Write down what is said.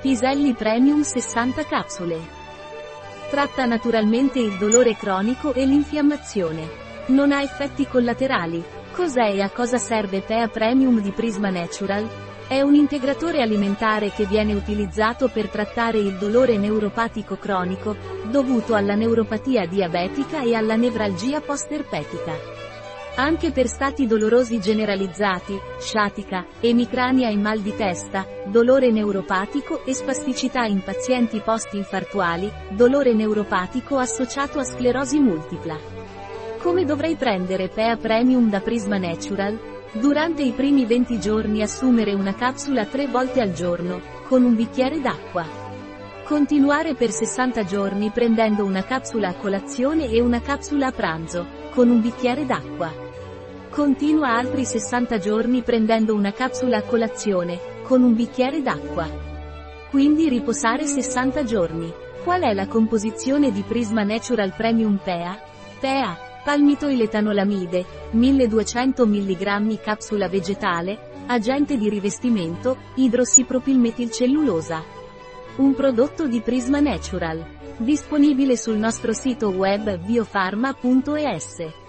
Piselli Premium 60 capsule. Tratta naturalmente il dolore cronico e l'infiammazione. Non ha effetti collaterali. Cos'è e a cosa serve PEA Premium di Prisma Natural? È un integratore alimentare che viene utilizzato per trattare il dolore neuropatico cronico, dovuto alla neuropatia diabetica e alla nevralgia post-erpetica. Anche per stati dolorosi generalizzati, sciatica, emicrania e mal di testa, dolore neuropatico e spasticità in pazienti post-infartuali, dolore neuropatico associato a sclerosi multipla. Come dovrei prendere PEA Premium da Prisma Natural? Durante i primi 20 giorni assumere una capsula 3 volte al giorno, con un bicchiere d'acqua. Continuare per 60 giorni prendendo una capsula a colazione e una capsula a pranzo, con un bicchiere d'acqua. Continua altri 60 giorni prendendo una capsula a colazione, con un bicchiere d'acqua. Quindi riposare 60 giorni. Qual è la composizione di Prisma Natural Premium PEA? PEA, palmitoiletanolamide, 1200 mg capsula vegetale, agente di rivestimento, idrossipropilmetilcellulosa. Un prodotto di Prisma Natural. Disponibile sul nostro sito web biofarma.es.